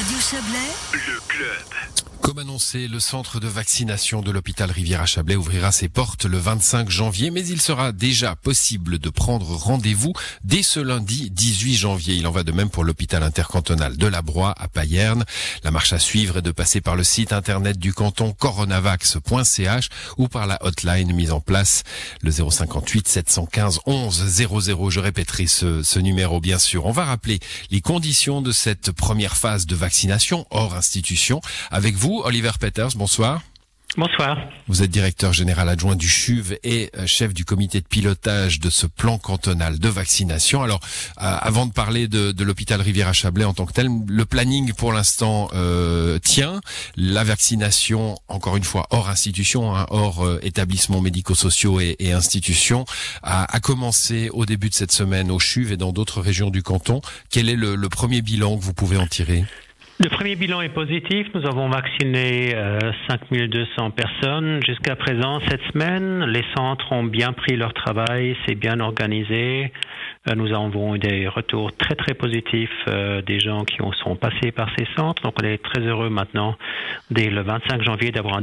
Radio Chablais, le club. Comme annoncé, le centre de vaccination de l'hôpital Rivière-à-Chablais ouvrira ses portes le 25 janvier, mais il sera déjà possible de prendre rendez-vous dès ce lundi 18 janvier. Il en va de même pour l'hôpital intercantonal de la Broye à Payerne. La marche à suivre est de passer par le site internet du canton coronavax.ch ou par la hotline mise en place, le 058 715 11 00. Je répéterai ce numéro bien sûr. On va rappeler les conditions de cette première phase de vaccination hors institution avec vous. Oliver Peters, bonsoir. Bonsoir. Vous êtes directeur général adjoint du CHUV et chef du comité de pilotage de ce plan cantonal de vaccination. Alors, avant de parler de l'hôpital Rivière-à-Chablais en tant que tel, le planning pour l'instant tient. La vaccination, encore une fois, hors institution, hors établissements médico-sociaux et institutions, a commencé au début de cette semaine au CHUV et dans d'autres régions du canton. Quel est le premier bilan que vous pouvez en tirer ? Le premier bilan est positif. Nous avons vacciné 5200 personnes jusqu'à présent cette semaine. Les centres ont bien pris leur travail, c'est bien organisé. Nous avons eu des retours très très positifs des gens qui sont passés par ces centres. Donc on est très heureux maintenant, dès le 25 janvier, d'avoir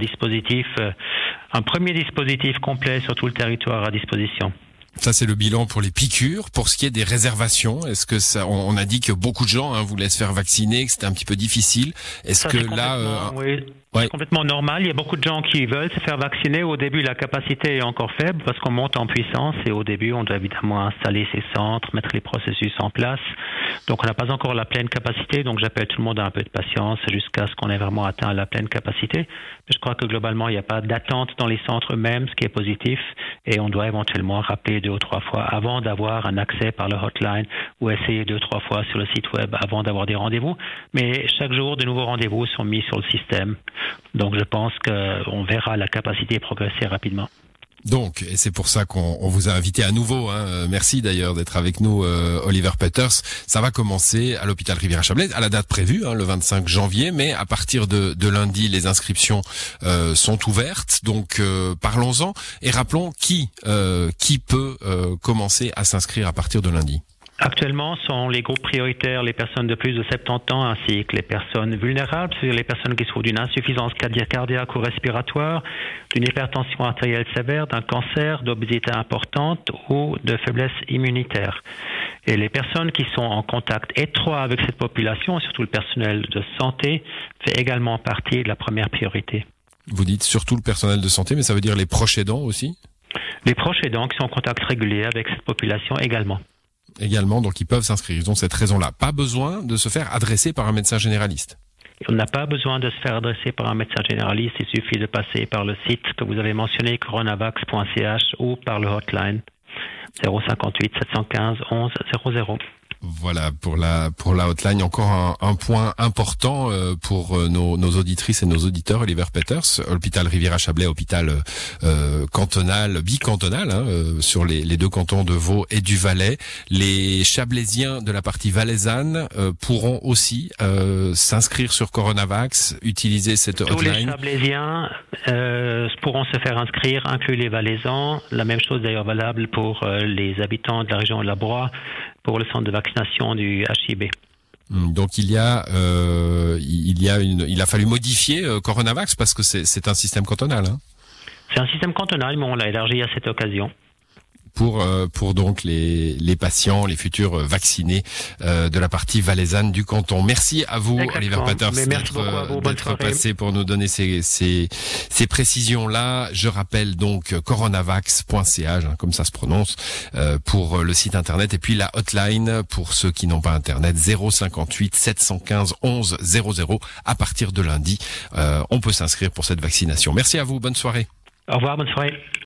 un premier dispositif complet sur tout le territoire à disposition. Ça, c'est le bilan pour les piqûres. Pour ce qui est des réservations, est-ce que ça, on a dit que beaucoup de gens voulaient se faire vacciner, que c'était un petit peu difficile. Est-ce ça, que là, oui. C'est complètement normal. Il y a beaucoup de gens qui veulent se faire vacciner. Au début, la capacité est encore faible parce qu'on monte en puissance et au début, on doit évidemment installer ces centres, mettre les processus en place. Donc, on n'a pas encore la pleine capacité. Donc, j'appelle tout le monde à un peu de patience jusqu'à ce qu'on ait vraiment atteint la pleine capacité. Mais je crois que globalement, il n'y a pas d'attente dans les centres eux-mêmes, ce qui est positif. Et on doit éventuellement rappeler 2 ou 3 fois avant d'avoir un accès par le hotline ou essayer 2 ou 3 fois sur le site web avant d'avoir des rendez-vous. Mais chaque jour, de nouveaux rendez-vous sont mis sur le système. Donc, je pense qu'on verra la capacité progresser rapidement. Donc, et c'est pour ça qu'on vous a invité à nouveau. Merci d'ailleurs d'être avec nous, Oliver Peters. Ça va commencer à l'hôpital Rivière-à-Chablais à la date prévue, le 25 janvier. Mais à partir de lundi, les inscriptions sont ouvertes. Donc, parlons-en et rappelons qui peut commencer à s'inscrire à partir de lundi. Actuellement, sont les groupes prioritaires les personnes de plus de 70 ans ainsi que les personnes vulnérables, c'est-à-dire les personnes qui souffrent d'une insuffisance cardiaque ou respiratoire, d'une hypertension artérielle sévère, d'un cancer, d'obésité importante ou de faiblesse immunitaire. Et les personnes qui sont en contact étroit avec cette population, surtout le personnel de santé, fait également partie de la première priorité. Vous dites surtout le personnel de santé, mais ça veut dire les proches aidants aussi ? Les proches aidants qui sont en contact régulier avec cette population également. Également, donc ils peuvent s'inscrire. Ils ont cette raison-là. Pas besoin de se faire adresser par un médecin généraliste. On n'a pas besoin de se faire adresser par un médecin généraliste. Il suffit de passer par le site que vous avez mentionné, coronavax.ch, ou par le hotline 058 715 11 00. Voilà, pour la hotline, encore un point important pour nos auditrices et nos auditeurs. Oliver Peters, hôpital Rivière-à-Chablais, hôpital cantonal, bicantonal, sur les 2 cantons de Vaud et du Valais. Les Chablaisiens de la partie valaisanne pourront aussi s'inscrire sur Coronavax, utiliser cette hotline. Tous les Chablaisiens pourront se faire inscrire, inclus les Valaisans. La même chose d'ailleurs valable pour les habitants de la région de la Broye, pour le centre de vaccination du HIB. Donc il a fallu modifier Coronavax parce que c'est un système cantonal. C'est un système cantonal, mais on l'a élargi à cette occasion. Pour donc les patients, les futurs vaccinés de la partie valaisanne du canton. Merci à vous, Oliver Peters, d'être passé pour nous donner ces précisions-là. Je rappelle donc coronavax.ch, comme ça se prononce, pour le site internet, et puis la hotline pour ceux qui n'ont pas internet, 058 715 11 00. À partir de lundi, on peut s'inscrire pour cette vaccination. Merci à vous, bonne soirée. Au revoir, bonne soirée.